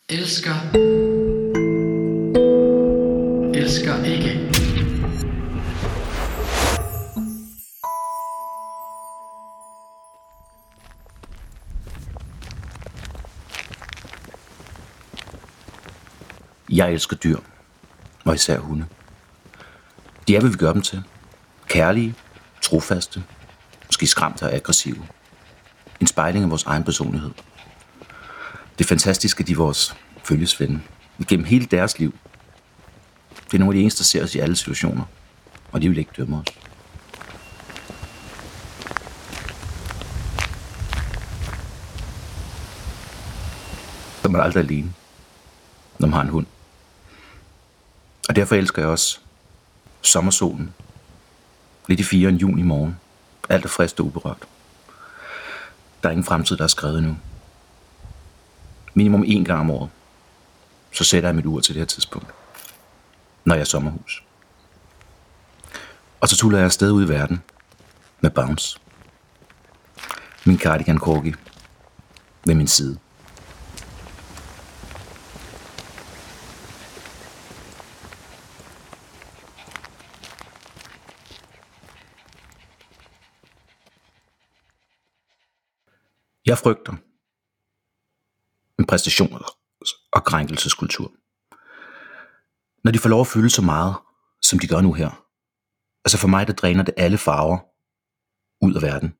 Elsker. Elsker ikke. Jeg elsker dyr, og især hunde. De er, hvad vi gør dem til. Kærlige, trofaste, måske skræmte og aggressive. En spejling af vores egen personlighed. Det er fantastisk, at de er vores følgesvende. Gennem hele deres liv. Det er nogle af de eneste, der ser os i alle situationer. Og de vil ikke dømme os. Så man er aldrig alene, når man har en hund. Og derfor elsker jeg også sommersolen. Lidt i 4 en juni morgen. Alt er frisk og uberørt. Der er ingen fremtid, der er skrevet endnu. Minimum 1 gang om året. Så sætter jeg mit ur til det her tidspunkt. Når jeg er sommerhus. Og så tuller jeg afsted ud i verden. Med Bounce. Min cardigan corgi. Ved min side. Jeg frygter en præstations- og krænkelseskultur. Når de får lov at fylde så meget, som de gør nu her. Altså for mig, der dræner det alle farver ud af verden.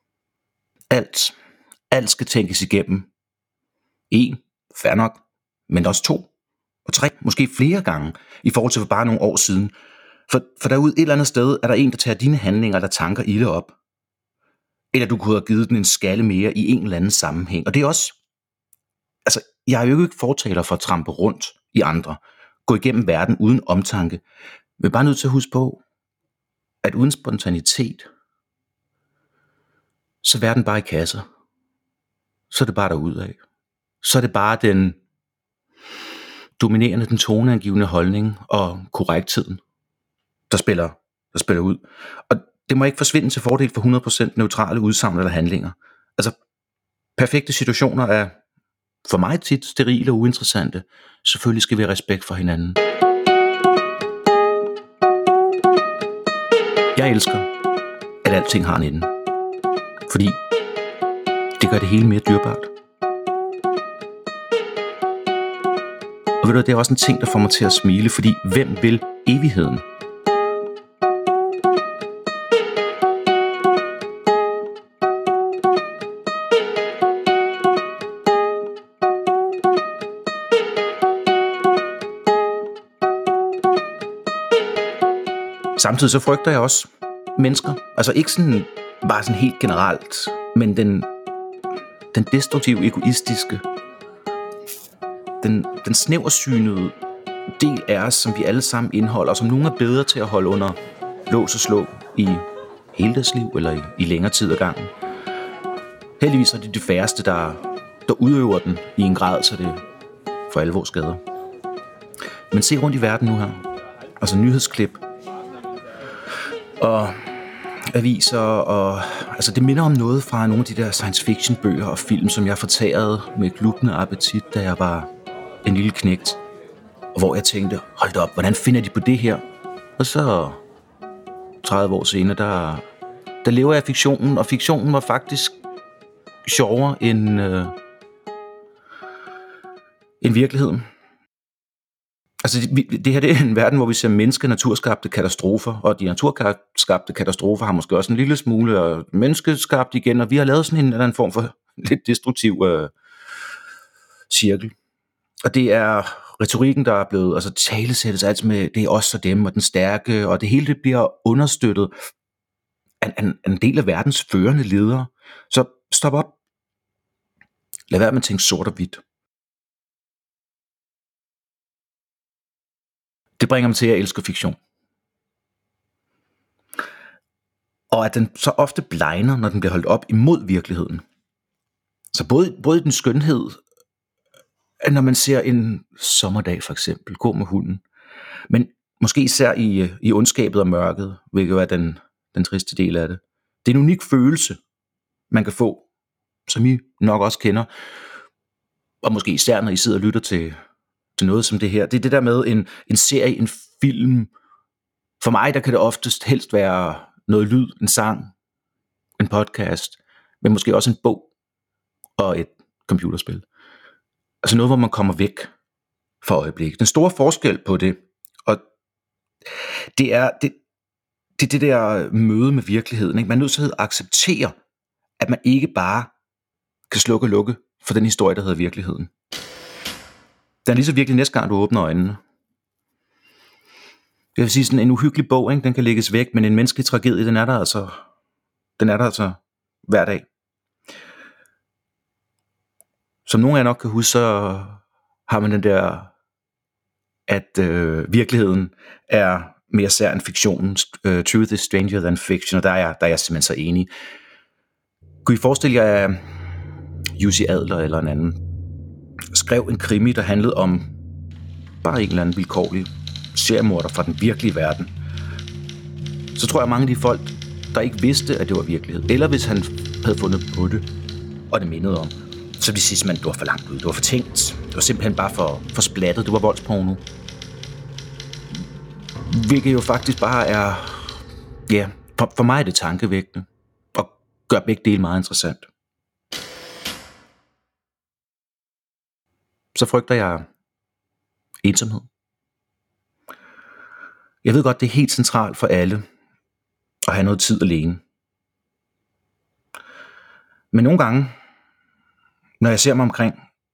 Alt skal tænkes igennem. 1, fair nok, men også 2 og 3, måske flere gange, i forhold til for bare nogle år siden. For derude et eller andet sted, er der en, der tager dine handlinger eller tanker i det op. Eller du kunne have givet den en skalle mere i en eller anden sammenhæng. Og det er også, altså, jeg er jo ikke fortaler for at trampe rundt i andre. Gå igennem verden uden omtanke. Vi er bare nødt til at huske på, at uden spontanitet, så er verden bare i kasser. Så er det bare derudad. Så er det bare den dominerende, den toneangivende holdning og korrektheden, der spiller ud. Og det må ikke forsvinde til fordel for 100% neutrale udsagn eller handlinger. Altså, perfekte situationer er for mig tit sterile og uinteressante. Selvfølgelig skal vi have respekt for hinanden. Jeg elsker, at alting har en ende. Fordi det gør det hele mere dyrebart. Og ved du, det er også en ting, der får mig til at smile, fordi hvem vil evigheden? Samtidig så frygter jeg også mennesker. Altså ikke sådan, bare sådan helt generelt, men den destruktive, egoistiske, den snæversynede del af os, som vi alle sammen indeholder, og som nogen er bedre til at holde under lås og slå i hele deres liv, eller i længere tid ad gangen. Heldigvis er det de færreste, der udøver den i en grad, så det for alvor skader. Men se rundt i verden nu her. Altså nyhedsklip, og aviser, og altså det minder om noget fra nogle af de der science fiction bøger og film, som jeg fortærede med glubende appetit, da jeg var en lille knægt, og hvor jeg tænkte, hold da op, hvordan finder de på det her? Og så 30 år senere, der lever jeg fiktionen, og fiktionen var faktisk sjovere end virkeligheden. Altså det her det er en verden, hvor vi ser naturskabte katastrofer, og de naturskabte katastrofer har måske også en lille smule menneskeskabt igen, og vi har lavet sådan en eller anden form for lidt destruktiv cirkel. Og det er retorikken, der er blevet, altså talesættes alt med, det er os og dem, og den stærke, og det hele det bliver understøttet af en del af verdens førende ledere. Så stop op. Lad være med at tænke sort og hvidt. Det bringer mig til, at jeg elsker fiktion. Og at den så ofte blegner, når den bliver holdt op imod virkeligheden. Så både den skønhed, når man ser en sommerdag for eksempel, gå med hunden, men måske især i ondskabet og mørket, hvilket jo er den triste del af det. Det er en unik følelse, man kan få, som I nok også kender. og måske især når I sidder og lytter til noget som det her, det er det der med en serie, en film. For mig, der kan det oftest helst være noget lyd, en sang, en podcast, men måske også en bog og et computerspil. Altså noget, hvor man kommer væk for øjeblikket. Den store forskel på det, og det er det der møde med virkeligheden. Ikke? Man er nødt til at acceptere, at man ikke bare kan slukke og lukke for den historie, der hedder virkeligheden. Den er lige så virkelig næste gang, du åbner øjnene. Jeg vil sige, sådan en uhyggelig bog, ikke? Den kan lægges væk, men en menneskelig tragedie, den er der altså hver dag. Som nogen af jer nok kan huske, så har man den der, at virkeligheden er mere sær end fiktionen. Truth is stranger than fiction, og der er jeg simpelthen så enig. Kunne I forestille jer, at Jussi Adler eller en anden skrev en krimi, der handlede om bare en eller anden vilkårlig seriemorder fra den virkelige verden? Så tror jeg, mange af de folk, der ikke vidste, at det var virkelighed, eller hvis han havde fundet på det, og det mindede om, så ville de sige, at det var for langt ud, det var for tænkt, det var simpelthen bare for splattet, det var voldsporno. Hvilket jo faktisk bare er, ja, for mig er det tankevækkende, og gør begge dele meget interessant. Så frygter jeg ensomhed. Jeg ved godt, det er helt centralt for alle at have noget tid alene. Men nogle gange, når jeg ser mig omkring,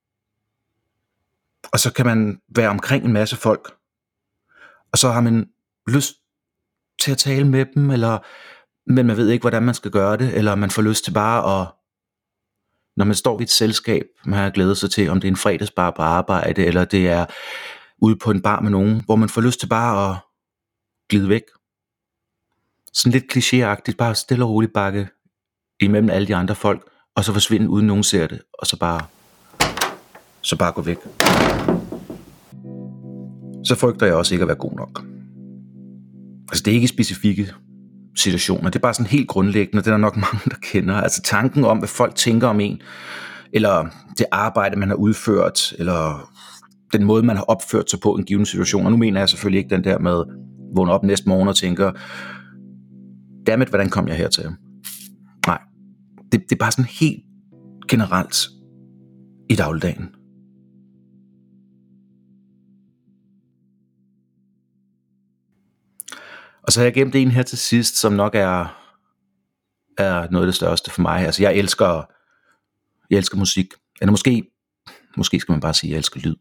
og så kan man være omkring en masse folk, og så har man lyst til at tale med dem, men man ved ikke, hvordan man skal gøre det, eller man får lyst til bare at, når man står i et selskab, man har glædet sig til, om det er en fredagsbar på arbejde, eller det er ude på en bar med nogen, hvor man får lyst til bare at glide væk. Sådan lidt klichéagtigt, bare stille og roligt bakke imellem alle de andre folk, og så forsvinde uden nogen ser det, og så bare gå væk. Så frygter jeg også ikke at være god nok. Altså det er ikke specifikke situationer, det er bare sådan helt grundlæggende, det er der nok mange, der kender. Altså tanken om, hvad folk tænker om en, eller det arbejde, man har udført, eller den måde, man har opført sig på en given situation. Og nu mener jeg selvfølgelig ikke den der med, vågne op næste morgen og tænker, dammit, hvordan kom jeg hertil? Nej, det er bare sådan helt generelt i dagligdagen. Og så har jeg gemt en her til sidst, som nok er noget af det største for mig. Altså jeg elsker musik. Eller måske skal man bare sige, at jeg elsker lyd.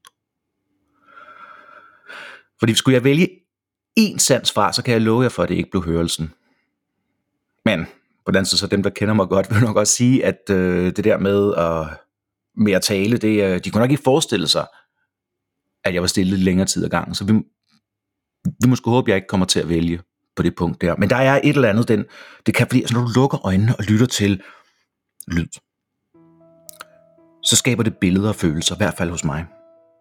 Fordi skulle jeg vælge én sans fra, så kan jeg love jer for, at det ikke blev hørelsen. Men på den anden side, så dem, der kender mig godt, vil nok også sige, at det der med at tale, de kunne nok ikke forestille sig, at jeg var stille længere tid ad gangen. Så vi må sgu håbe, at jeg ikke kommer til at vælge på det punkt der. Men der er et eller andet, det kan blive, altså når du lukker øjnene og lytter til lyd, så skaber det billeder og følelser, i hvert fald hos mig.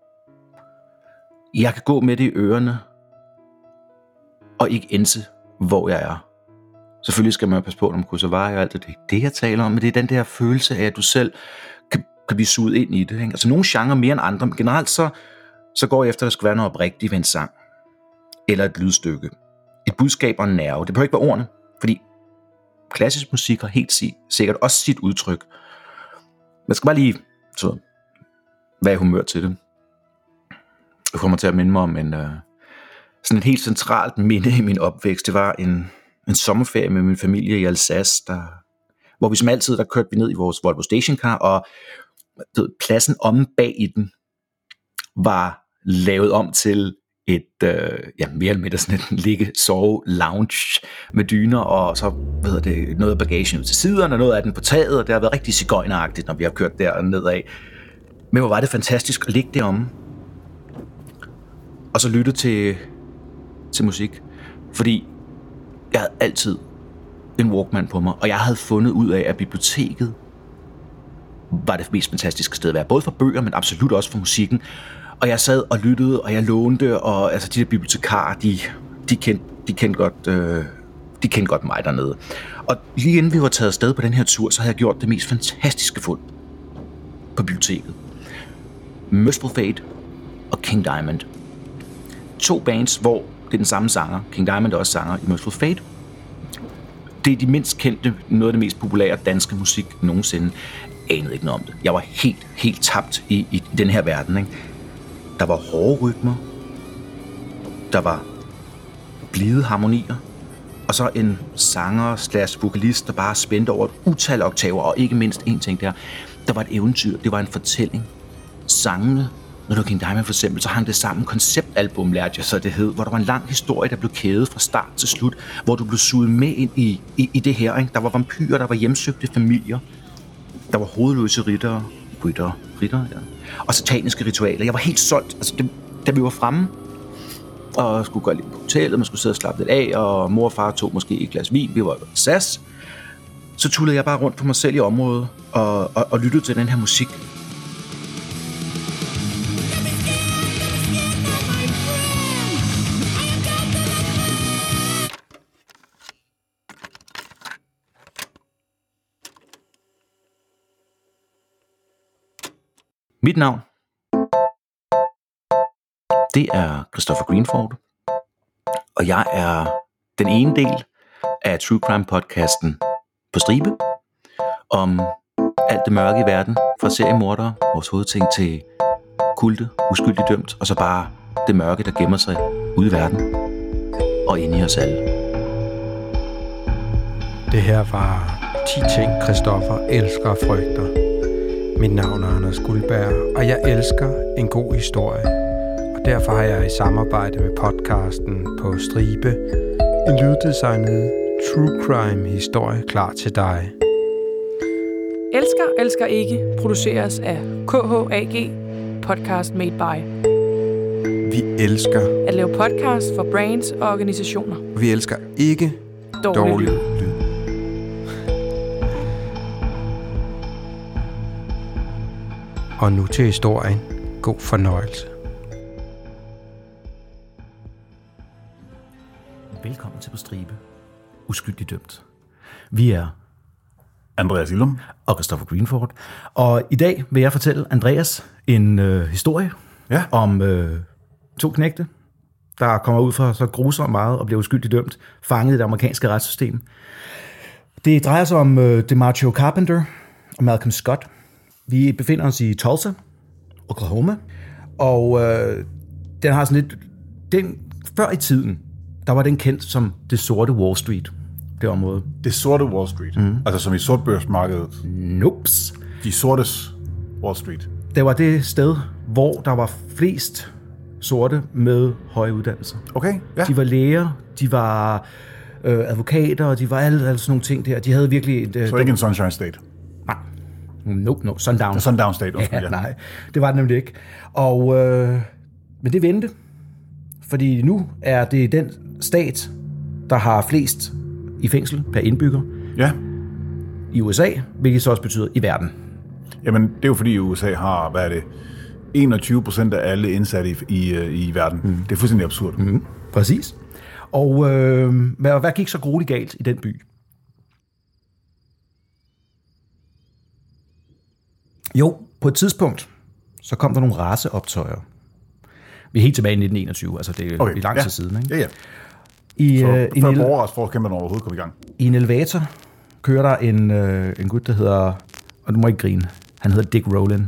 Jeg kan gå med det i ørerne, og ikke ense, hvor jeg er. Selvfølgelig skal man passe på, når man krydser veje og alt det. Det er det, jeg taler om, men det er den der følelse af, at du selv kan blive suget ind i det. Ikke? Altså nogle genrer mere end andre, men generelt så går jeg efter, at der skal være noget oprigtigt ved en sang, eller et lydstykke. Et budskab og en nerve. Det behøver ikke være ordene, fordi klassisk musik har helt sikkert også sit udtryk. Man skal bare lige være i humør til det. Jeg kommer til at minde mig om sådan et helt centralt minde i min opvækst. Det var en sommerferie med min familie i Alsace, hvor vi som altid, der kørte vi ned i vores Volvo stationcar, og pladsen omme bag i den var lavet om til et mere eller mindre sådan et ligge-sove-lounge med dyner, og så noget af bagagen ud til siderne, og noget af den på taget, og det har været rigtig sigøjneragtigt, når vi har kørt der nedad. Men hvor var det fantastisk at ligge deromme, og så lytte til musik, fordi jeg havde altid en Walkman på mig, og jeg havde fundet ud af, at biblioteket var det mest fantastiske sted at være, både for bøger, men absolut også for musikken. Og jeg sad og lyttede, og jeg lånte, og altså de der bibliotekarer, de kendte godt mig dernede. Og lige inden vi var taget afsted på den her tur, så havde jeg gjort det mest fantastiske fund på biblioteket. Merciful Fate og King Diamond. 2 bands, hvor det er den samme sanger. King Diamond er også sanger i Merciful Fate. Det er de mindst kendte, noget af det mest populære danske musik nogensinde. Anede ikke noget om det. Jeg var helt tabt i den her verden. Ikke? Der var hårde rytmer. Der var blide harmonier. Og så en sanger/vokalist, der bare spændte over et utal oktaver. Og ikke mindst en ting der var et eventyr. Det var en fortælling. Sangene, når du King Diamond for eksempel, så hang det sammen. Konceptalbum lærte jeg så det hed, hvor der var en lang historie, der blev kædet fra start til slut, hvor du blev suget med ind i det her. Ikke? Der var vampyrer, der var hjemsøgte familier, der var hovedløse ryttere, ja. Og sataniske ritualer. Jeg var helt solgt. Altså, da vi var fremme og skulle gå lidt på hotellet, man skulle sidde og slappe lidt af, og mor og far tog måske et glas vin, vi var i SAS, så tullede jeg bare rundt på mig selv i området og lyttede til den her musik. Mit navn, det er Christopher Greenford, og jeg er den ene del af True Crime podcasten På Stribe, om alt det mørke i verden, fra seriemordere, vores hovedting, til kulte, uskyldigt dømt, og så bare det mørke, der gemmer sig ude i verden og inde i os alle. Det her var 10 ting, Christoffer elsker og frygter. Mit navn er Anders Guldberg, og jeg elsker en god historie. Og derfor har jeg i samarbejde med podcasten På Stribe en lyddesignet True Crime historie klar til dig. Elsker ikke produceres af KHAG, podcast made by. Vi elsker At lave podcast for brands og organisationer. Vi elsker ikke dårlig lyd. Og nu til historien. God fornøjelse. Velkommen til På Stribe. Uskyldigt dømt. Vi er Andreas Illum og Christopher Greenford. Og i dag vil jeg fortælle Andreas en historie om 2 knægte, der kommer ud fra så grusomt meget og bliver uskyldigt dømt, fanget i det amerikanske retssystem. Det drejer sig om DeMarco Carpenter og Malcolm Scott. Vi befinder os i Tulsa, Oklahoma, og den har sådan lidt... Før i tiden, der var den kendt som det sorte Wall Street, det område. Det sorte Wall Street? Altså som i sortbørsmarkedet? Nopes. De sortes Wall Street? Det var det sted, hvor der var flest sorte med høje uddannelser. Okay, ja. De var læger, de var advokater, de var alle sådan nogle ting der. De havde virkelig... Så ikke en Sunshine State? Nej. No, Sundown. Sundown State, undskyld. Ja, nej, det var det nemlig ikke. Og, men det vendte, fordi nu er det den stat, der har flest i fængsel per indbygger i USA, hvilket så også betyder i verden. Jamen, det er jo fordi USA har, 21% af alle indsatte i verden. Det er fuldstændig absurd. Præcis. Og hvad gik så grueligt galt i den by? Jo, på et tidspunkt, så kom der nogle raceoptøjer. Vi er helt tilbage i 1921, altså det er lang tid siden. Ikke? Ja. Så før borgerretsforkæmperne overhovedet kom i gang. I en elevator kører der en gut, der hedder, og du må ikke grine, han hedder Dick Rowland.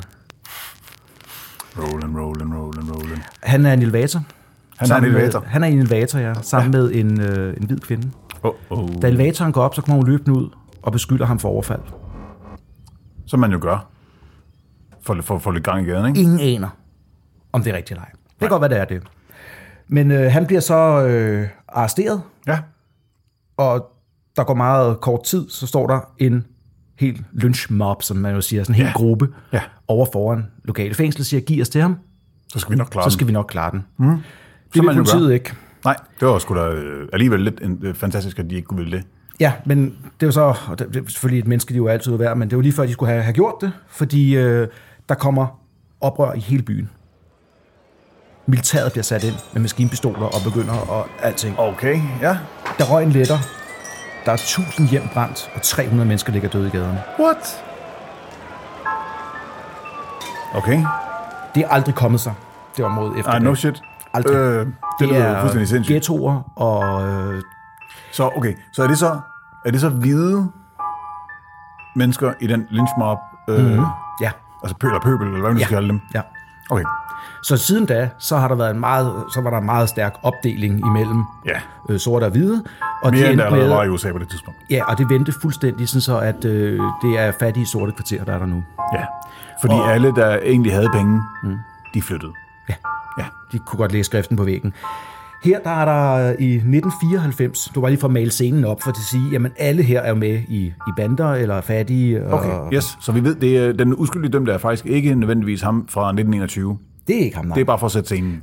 Rowland. Han er en elevator. Han er en elevator, ja, sammen med en hvid kvinde. Da elevatoren går op, så kommer hun løbende ud og beskylder ham for overfald. Som man jo gør. For lidt gang i gaden, ikke? Ingen aner, om det er rigtigt eller ej. Det kan godt være, det er det. Men han bliver så arresteret. Ja. Og der går meget kort tid, så står der en helt lynchmob, som man jo siger, sådan en hel gruppe over foran lokale fængsel, siger, giv os til ham. Så skal vi nok klare den. Det vil politiet ikke. Nej, det var sgu da alligevel lidt fantastisk, at de ikke kunne ville det. Ja, men det er jo så, og det er selvfølgelig et menneske, de jo altid være, men det var lige før, de skulle have gjort det, fordi der kommer oprør i hele byen. Militæret bliver sat ind med maskinpistoler og begynder og alting. Okay, ja. Der røgen letter. Der er 1000 hjem brændt, og 300 mennesker ligger døde i gaderne. What? Okay. Det er aldrig kommet sig, det område efter det. No shit. Aldrig. Det er fuldstændig sindssygt. Ghettoer og... Så okay, så er det så hvide mennesker i den lynchmob? Ja. Altså pøbel, eller hvad man skal kalde dem? Ja. Okay. Så siden da, så har der været var der en meget stærk opdeling imellem sorte og hvide. Og mere end der med, var i USA på det tidspunkt. Ja, og det vendte fuldstændig, sådan så at det er fattige sorte kvarterer, der er der nu. Ja, fordi alle, der egentlig havde penge, de flyttede. Ja, de kunne godt læse skriften på væggen. Her der er der i 1994, du var lige for at male scenen op for at sige, jamen alle her er med i bander eller fattige. Okay, yes. Så vi ved, det er den uskyldige dømte er faktisk ikke nødvendigvis ham fra 1921. Det er ikke ham, nej. Det er bare for at sætte scenen.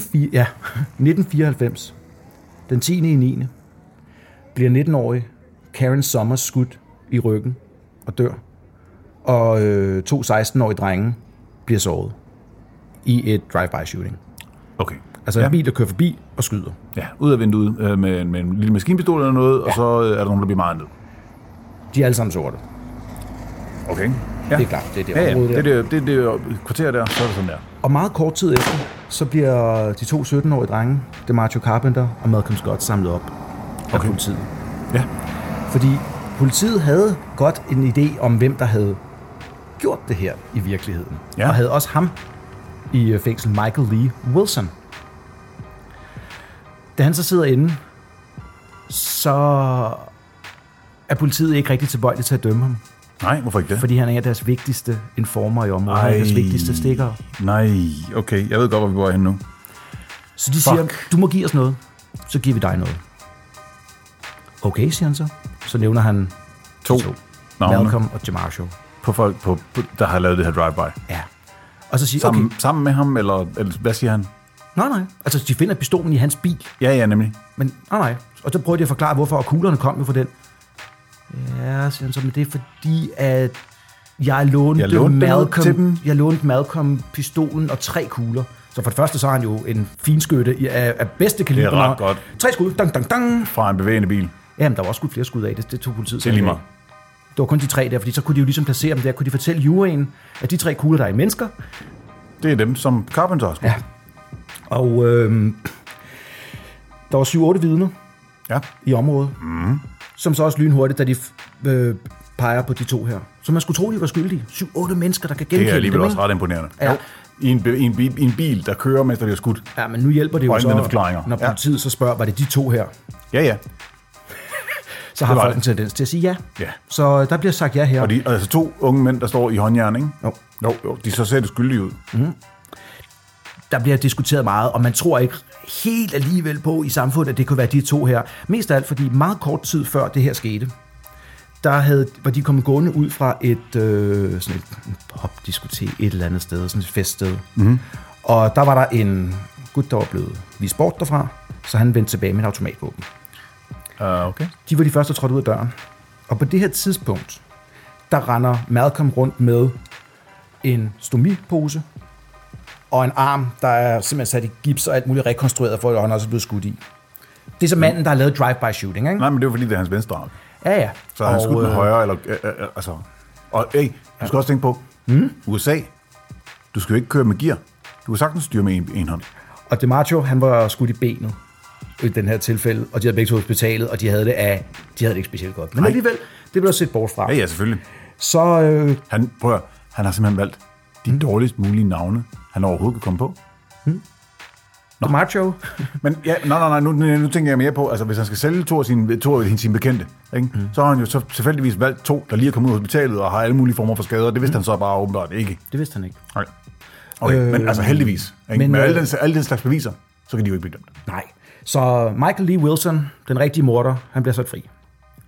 1994, den 10.9. bliver 19-årig Karen Summers skudt i ryggen og dør. Og 2 16-årige drenge bliver såret i et drive-by shooting. Okay. Altså en bil, der kører forbi og skyder. Ja, ud af vinduet med en lille maskinpistol eller noget, og så er der nogen, der bliver meget ned. De er alle sammen sorte. Okay. Ja. Det er klart, det er det område der. Det er det kvarter der, så er det sådan der. Og meget kort tid efter, så bliver de 2 17-årige drenge, DeMarco Carpenter og Malcolm Scott, samlet op af politiet. Ja. Fordi politiet havde godt en idé om, hvem der havde gjort det her i virkeligheden. Ja. Og havde også ham i fængsel, Michael Lee Wilson. Da han så sidder inde, så er politiet ikke rigtig tilbøjeligt til at dømme ham. Nej, hvorfor ikke det? Fordi han er en af deres vigtigste informer i området. Han er deres vigtigste stikkere. Nej, okay. Jeg ved godt, hvor vi var henne nu. Så de siger, du må give os noget, så giver vi dig noget. Okay, siger han så. Så nævner han to. Malcolm og DeMarco. På folk, der har lavet det her drive-by. Ja. Og så siger sammen med ham, eller hvad siger han? Nej. Altså, de finder pistolen i hans bil. Ja, nemlig. Men nej. Og så prøver de at forklare, hvorfor og kuglerne kom jo fra den. Ja, siger han så, men det er fordi, at jeg lånte Malcolm pistolen og 3 kugler. Så for det første, så er han jo en finskytte af bedste kaliber. Det er ret godt. 3 skud, dang. Fra en bevægende bil. Jamen, der var også skudt flere skud af. Det tog politiet. Det er lige meget. Det var kun de 3 der, fordi så kunne de jo ligesom placere dem der. Kunne de fortælle juryen, at de 3 kugler, der er i mennesker. Det er dem, som Carpenter har skudt. Ja. Og der var 7-8 vidner i området, som så også lynhurtigt, da de peger på de 2 her. Så man skulle tro, de var skyldige. 7-8 mennesker, der kan genkende dem. Det er alligevel også ret imponerende. Ja. I en bil, der kører, mens der bliver skudt. Ja, men nu hjælper det jo så, når politiet så spørger, var det de 2 her? Ja. Så har folk en tendens til at sige ja. Så der bliver sagt ja her. Og altså 2 unge mænd, der står i håndjern, ikke? Jo, de så ser det skyldige ud. Der bliver diskuteret meget, og man tror ikke helt alligevel på i samfundet, at det kunne være de 2 her. Mest af alt, fordi meget kort tid før det her skete, var de kommet gående ud fra et sådan et popdiskotek et eller andet sted, sådan et feststed. Og der var der en gut, der var blevet vist bort derfra, så han vendte tilbage med en automatvåben. Okay. De var de første, der trådte ud af døren. Og på det her tidspunkt, der render Malcolm rundt med en stomipose og en arm, der er simpelthen sat i gips og alt muligt rekonstrueret, for at han også er blevet skudt i. Det er så manden, der har lavet drive-by shooting, ikke? Nej, men det er fordi, det er hans venstre arm. Ja. Så han skudt med højre, eller altså... Og du skal også tænke på, USA, du skal jo ikke køre med gear. Du kan sagtens styre med en hånd. Og DeMarco, han var skudt i benet i den her tilfælde, og de havde begge to hospitalet, og de havde det ikke specielt godt. Men alligevel, det blev set bort fra. Ja, selvfølgelig. Så... Han har simpelthen valgt de dårligst mulige navne, han overhovedet kan komme på. DeMarco. Men ja, nej, nu tænker jeg mere på, altså hvis han skal sælge to af sine bekendte, ikke? Så har han jo så tilfældigvis valgt 2, der lige er kommet ud af hospitalet og har alle mulige former for skader. Det vidste han så bare åbenbart ikke. Det vidste han ikke. Nej. Okay, men altså heldigvis. Ikke? Med alle den slags beviser, så kan de jo ikke blive dømt. Nej. Så Michael Lee Wilson, den rigtige morder, han bliver sat fri.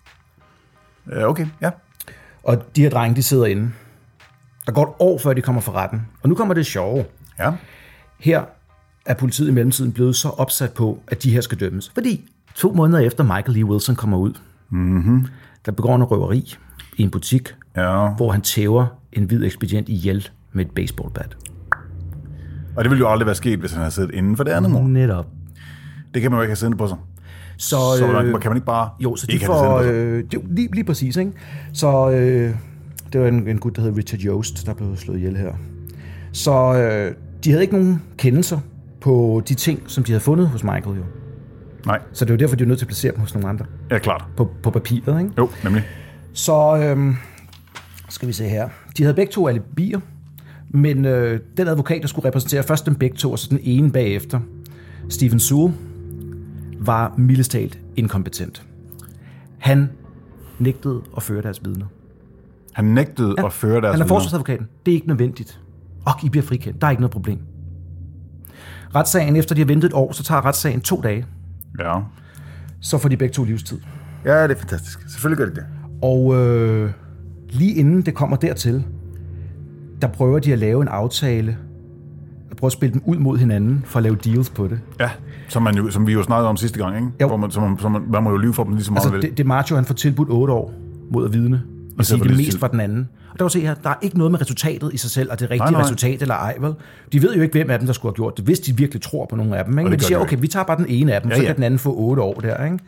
Okay, ja. Og de her drenge, de sidder inde. Der går et år, før de kommer for retten. Og nu kommer det sjove. Ja. Her er politiet i mellemtiden blevet så opsat på, at de her skal dømmes. Fordi 2 måneder efter Michael Lee Wilson kommer ud, der begår en røveri i en butik, hvor han tæver en hvid ekspedient ihjel med et baseballbat. Og det ville jo aldrig være sket, hvis han havde siddet inden for det andet mord. Netop. Det kan man jo ikke have siddende på sig. Så kan man ikke bare så de får lige præcis, ikke? Så det var en gut, der hed Richard Yost, der blev slået ihjel her. Så De havde ikke nogen kendelser på de ting, som de havde fundet hos Michael, jo. Nej. Så det er jo derfor, de er nødt til at placere dem hos nogle andre. Ja, klart. På papiret, ikke? Jo, nemlig. Så skal vi se her. De havde begge to alibier, men den advokat, der skulle repræsentere først dem begge to, og så den ene bagefter, Stephen Sewell, var mildest talt inkompetent. Han nægtede at føre deres vidner. Han nægtede at føre deres Han er vidner. forsvarsadvokaten. Det er ikke nødvendigt. Og I bliver frikendt. Der er ikke noget problem. Retssagen, efter de har ventet et år, så tager retssagen 2 dage. Ja. Så får de begge to livstid. Ja, det er fantastisk. Selvfølgelig gør det det. Og lige inden det kommer dertil, der prøver de at lave en aftale, at prøve at spille dem ud mod hinanden, for at lave deals på det. Ja, som vi jo snakkede om sidste gang, ikke? Jo. Hvor man må jo lyve for dem lige så meget. Altså, DiMaggio, han får tilbudt 8 år mod at vidne, og sige det mest fra den anden. Og der vil se her, der er ikke noget med resultatet i sig selv, og det rigtige resultat eller ej, vel? De ved jo ikke, hvem af dem, der skulle have gjort det, hvis de virkelig tror på nogle af dem, ikke? Men de siger, okay, vi tager bare den ene af dem, så kan den anden få 8 år der, ikke?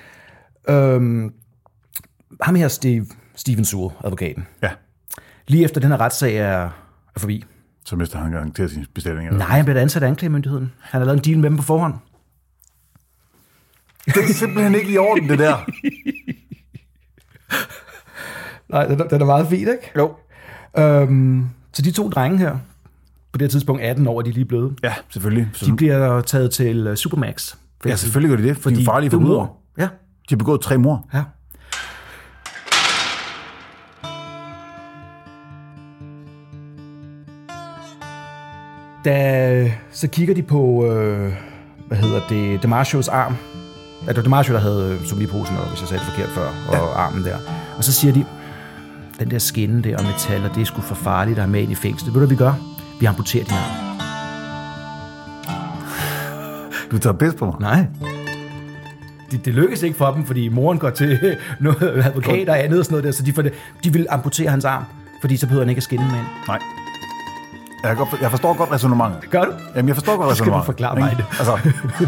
Ham her, Stephen Sewell, advokaten. Ja. Lige efter den her retssag er forbi. Så mister han garanteret sin bestilling. Nej, han bliver ansat af anklagemyndigheden. Han har lavet en deal med dem på forhånd. Det er simpelthen ikke i orden, det der. Nej, den er meget fin, ikke? Jo. Så de 2 drenge her, på det her tidspunkt 18 år, de er lige blevet. Ja, selvfølgelig. De bliver taget til Supermax. Ja, selvfølgelig gør de det, for de er farlige det er forbrydere. Ja. De har begået 3 mord. Ja. Så kigger de på, DiMaggios arm. Det var DiMaggio, der havde somiposen, hvis jeg sagde det forkert før, og armen der. Og så siger de, den der skinne der og metaller, det er sgu for farligt at have med ind i fængslet. Ved du, hvad vi gør? Vi amputerer din arm. Du tager pis på mig? Nej. Det lykkes ikke for dem, fordi moren går til noget advokat og andet og sådan noget der, så de vil amputere hans arm, fordi så behøver han ikke at skinne med ind. Nej. Jeg forstår godt ræsonnementet. Gør du? Jamen, jeg forstår godt ræsonnementet. Skal du forklare mig det? Altså,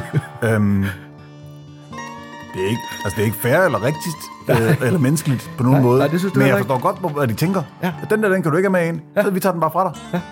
det er ikke fair eller rigtigt eller menneskeligt på nogen måde. Nej, det synes du men jeg ikke. forstår godt, hvad de tænker. Ja. Den kan du ikke have med ind. Ja. Så vi tager den bare fra dig. Ja.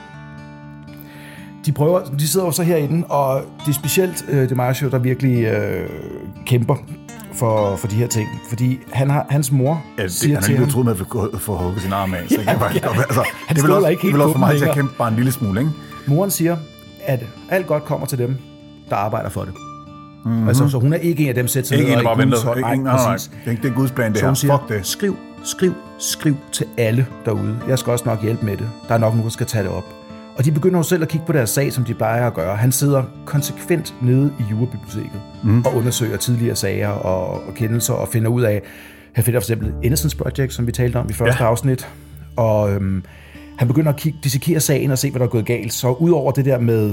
De sidder jo så herinde, og det er specielt DiMaggio, der virkelig kæmper for de her ting. Fordi hans mor siger han til ham... Han har lige troet med at få hugget sin arm af. Så jeg kan altså, han det vil også, ikke helt vil også for mig til længere. at kæmpe bare en lille smule, ikke? Moren siger, at alt godt kommer til dem, der arbejder for det. Mm-hmm. Altså, så hun er ikke en af dem, der sætter sig ned og ikke Guds hånd. Nej. Det er Guds plan, det her. Så hun Fuck det. siger, skriv til alle derude. Jeg skal også nok hjælpe med det. Der er nok nogen, der skal tage det op. Og de begynder jo selv at kigge på deres sag, som de plejer at gøre. Han sidder konsekvent nede i jurabiblioteket og undersøger tidligere sager og kendelser og finder ud af, han finder for eksempel Innocence Project, som vi talte om i første afsnit. Og han begynder at dissekere sagen og se, hvad der er gået galt. Så udover det der med,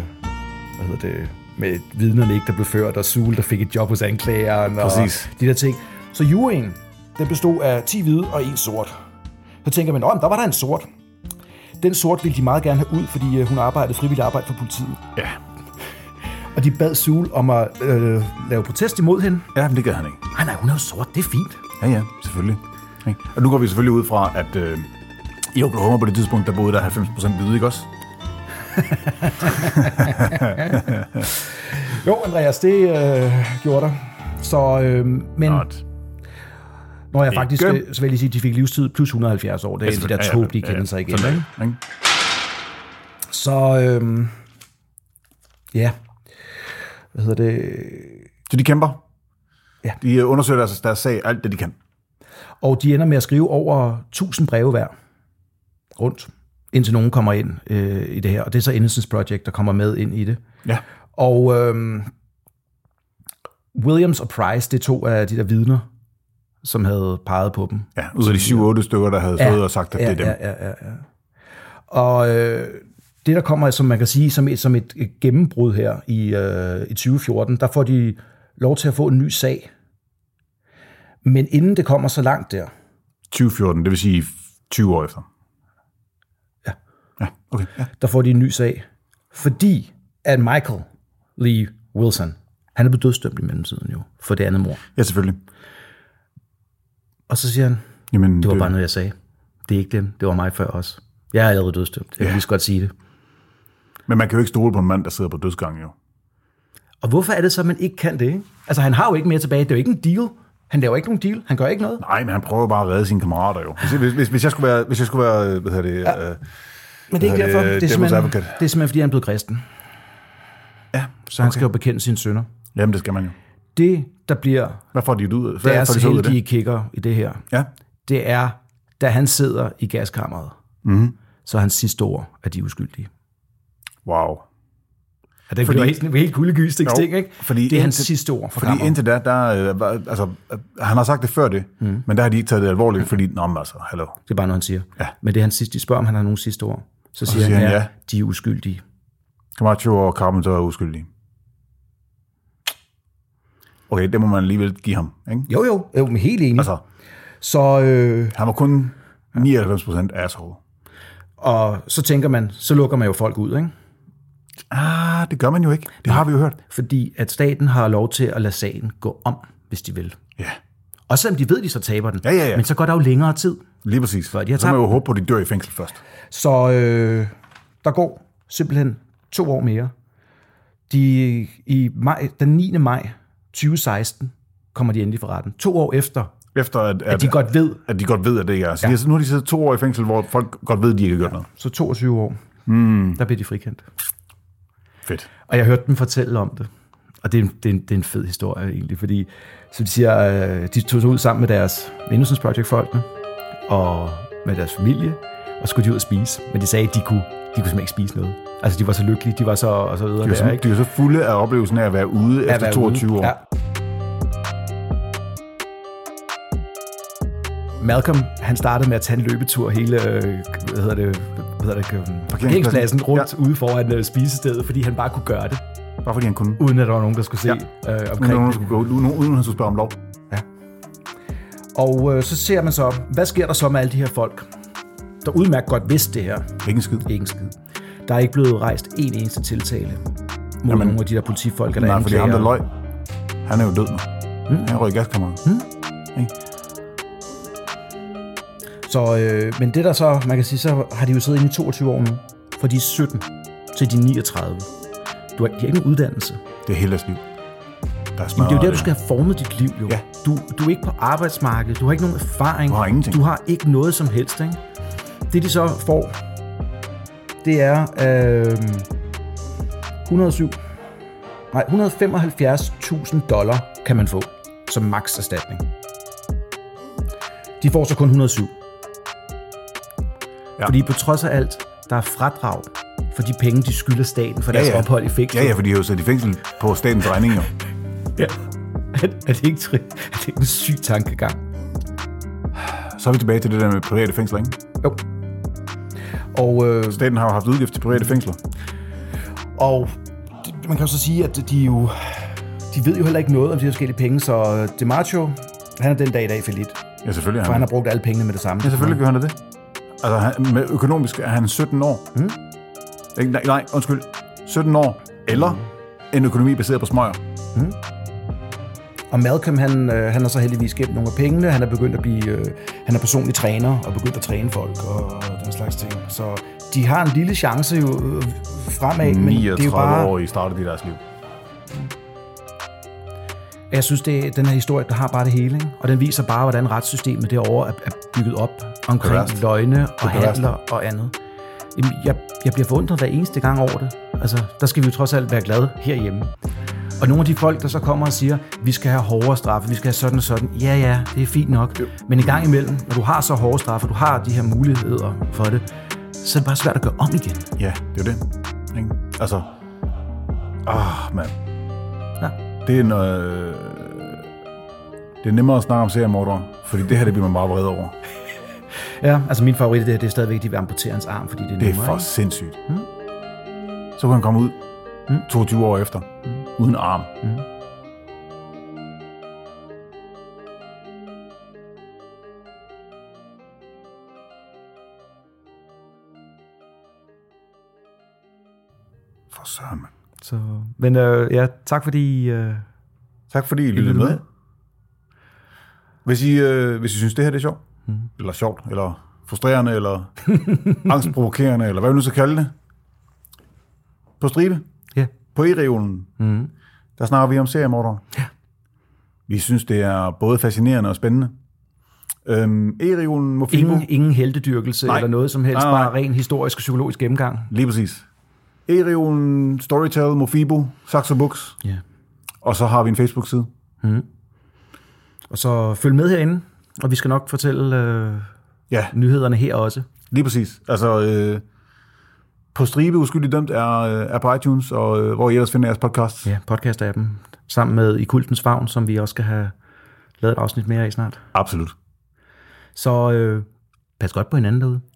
med vidnerne ikke, der blev ført, og Sewell, der fik et job hos anklageren, præcis. Og de der ting. Så juryen, den bestod af 10 hvide og 1 sort. Så tænker man, der var der en sort. Den sort ville de meget gerne have ud, fordi hun arbejdede frivilligt arbejde for politiet. Ja. Og de bad Sewell om at lave protest imod hende. Ja, men det gør han ikke. Nej, hun er jo sort. Det er fint. Ja, selvfølgelig. Okay. Og nu går vi selvfølgelig ud fra, at i Oklahoma på det tidspunkt, der boede der 90% hvide, ikke også? Jo, Andreas, det gjorde der. Så, men... Not. Når jeg faktisk, så vil jeg lige sige, at de fik livstid plus 170 år. Det er en af de der tåbelige kendelser igen. Sådan, ikke? Så, ja. Hvad hedder det? Så de kæmper? Ja. De undersøger deres sag, alt det de kan. Og de ender med at skrive over 1000 breve hver rundt, indtil nogen kommer ind i det her. Og det er så Innocence Project, der kommer med ind i det. Ja. Og Williams og Price, det er 2 af de der vidner, som havde peget på dem. Ja, ud af de 7-8 stykker, der havde stået og sagt, at det er dem. Ja. Og det, der kommer, som man kan sige, som et gennembrud her i 2014, der får de lov til at få en ny sag. Men inden det kommer så langt der... 2014, det vil sige 20 år efter. Ja. Ja, okay. Ja. Der får de en ny sag, fordi at Michael Lee Wilson, han er blevet dødsdømt i mellemtiden jo, for det andet mord. Ja, selvfølgelig. Og så siger han, jamen, det var bare noget, jeg sagde. Det er ikke dem, det var mig før også. Jeg er allerede dødsdømt, jeg kan lige så godt sige det. Men man kan jo ikke stole på en mand, der sidder på dødsgangen, jo. Og hvorfor er det så, at man ikke kan det, ikke? Altså, han har jo ikke mere tilbage. Det er jo ikke en deal. Han laver ikke nogen deal. Han gør ikke noget. Nej, men han prøver bare at redde sine kammerater, jo. Hvis jeg skulle være, hvad hedder det... Ja. Men det er ikke derfor. Det er simpelthen, fordi han er blevet kristen. Ja. Så han skal jo bekende sine synder. Jamen, det skal man jo. Det, der bliver... Hvad får de ud af? Det er så heldige kigger i det her. Ja. Det er, da han sidder i gaskammeret, så er hans sidste ord, at de er uskyldige. Wow. Ja, det er helt kuldegystig ting, ikke? Fordi det er hans sidste ord for fordi kammeret. Indtil da, altså, han har sagt det før det, men der har de ikke taget det alvorligt, fordi, hallo. Det er bare noget, han siger. Ja. Men det er hans sidste, de spørger, om han har nogen sidste ord. Så siger han, ja, de er uskyldige. Camacho og Carpenter er uskyldige. Okay, det må man alligevel give ham, ikke? Jo, men helt enig. Altså, så, han var kun 99% asshole. Og så tænker man, så lukker man jo folk ud, ikke? Det gør man jo ikke. Det har vi jo hørt. Fordi at staten har lov til at lade sagen gå om, hvis de vil. Ja. Og selvom de ved, de så taber den. Ja. Men så går der jo længere tid. Lige præcis. Så må man jo håbe på, at de dør i fængsel først. Så der går simpelthen 2 år mere. Den 9. maj 2016 kommer de endelig for retten. 2 år efter at de godt ved. At de godt ved, at det ikke er. Så nu har de siddet 2 år i fængsel, hvor folk godt ved, at de ikke har gjort noget. Så 22 år, der bliver de frikendt. Fedt. Og jeg hørte dem fortælle om det. Og det er en fed historie egentlig, fordi så de siger, de tog sig ud sammen med deres Innocence Project-folkene og med deres familie, og skulle de ud og spise. Men de sagde, at de kunne simpelthen ikke spise noget. Altså, de var så lykkelige, de var så og så videre. De var så fulde af oplevelsen af at være ude efter 22 år. Ja. Malcolm, han startede med at tage en løbetur hele, parkeringspladsen rundt ude foran spisestedet, fordi han bare kunne gøre det. Bare fordi han kunne. Uden at der var nogen, der skulle se omkring. Uden han skulle spørge om lov. Ja. Og så ser man så, hvad sker der så med alle de her folk, der udmærket godt vidste det her? Ingen skid. Der er ikke blevet rejst en eneste tiltale mod nogle af de der politifolk, der anklager. Fordi ham, der løg, han er jo død nu. Han røg i gaskammeret. Så, men det der så, man kan sige, så har de jo siddet inde i 22 år nu, fra de 17 til de 39. De har ikke en uddannelse. Det er hele deres liv. Det er jo der, du skal have formet dit liv, jo. Ja. Du er ikke på arbejdsmarkedet, du har ikke nogen erfaring. Du har ingenting. Du har ikke noget som helst, ikke? Det de så får, det er $175,000 kan man få som maks erstatning. De får så kun 107. Ja. Fordi på trods af alt, der er fradrag for de penge, de skylder staten for deres ophold i fængsel. Ja, for de har jo sat i fængsel på statens regning, jo. Ja. Er det ikke en syg tankegang? Så er vi tilbage til det der med private fængsler, ikke? Jo. Og, staten har jo haft udgift til private fængsler. Og man kan jo så sige, at de ved jo heller ikke noget om de forskellige penge, så DiMaggio, han er den dag i dag fallit. Ja, selvfølgelig. For han har brugt alle pengene med det samme. Ja, selvfølgelig gør han det. Altså, med økonomisk er han 17 år. Nej, undskyld. 17 år. Eller en økonomi baseret på smøger. Og Malcolm, han har så heldigvis gemt nogle af pengene. Han er begyndt at blive... han er personlig træner og begyndt at træne folk og den slags ting. Så de har en lille chance jo fremad, men det er jo bare... 39 år i starten af deres liv. Jeg synes, den her historie, der har bare det hele, ikke? Og den viser bare, hvordan retssystemet derovre er bygget op omkring løgne og handler og andet. Jeg bliver forundret hver eneste gang over det. Altså, der skal vi jo trods alt være glade herhjemme. Og nogle af de folk, der så kommer og siger, vi skal have hårdere straffe, vi skal have sådan og sådan. Ja, det er fint nok. Jo. Men en gang imellem, når du har så hårde straffe, du har de her muligheder for det, så er det bare svært at gøre om igen. Ja, det er jo det. Ikke? Altså, mand. Ja. Det er noget... Det er nemmere at snakke om seriemordere, fordi det her, det bliver man bare vred over. Ja, altså min favorit det er stadigvæk, at de vil amputere hans arm, fordi det er nemmere. Det er for sindssygt. Så kan han komme ud 22 år efter, uden arm. For søren, mand. Så, men ja, tak fordi... Tak fordi I lyttede med. Hvis I synes, det her det er sjovt, eller sjovt, eller frustrerende, eller angstprovokerende, eller hvad vi nu skal kalde det, På stribe. Ja. På e-reolen. Der snakker vi om seriemordere. Ja. Vi synes, det er både fascinerende og spændende. E-reolen Mofibo. Ingen heltedyrkelse Nej. eller noget som helst, Nej. bare ren historisk og psykologisk gennemgang. Lige præcis. E-reolen, Storytel, Mofibo, Saxo Books. Ja. Og så har vi en Facebook-side. Og så følg med herinde, og vi skal nok fortælle Ja, nyhederne her også. lige præcis. Altså, på stribe uskyldigt dømt er på iTunes, og hvor I ellers finder jeres podcast. Ja, podcast-appen, sammen med I Kultens Favn, som vi også skal have lavet et afsnit mere af snart. Absolut. Så pas godt på hinanden derude.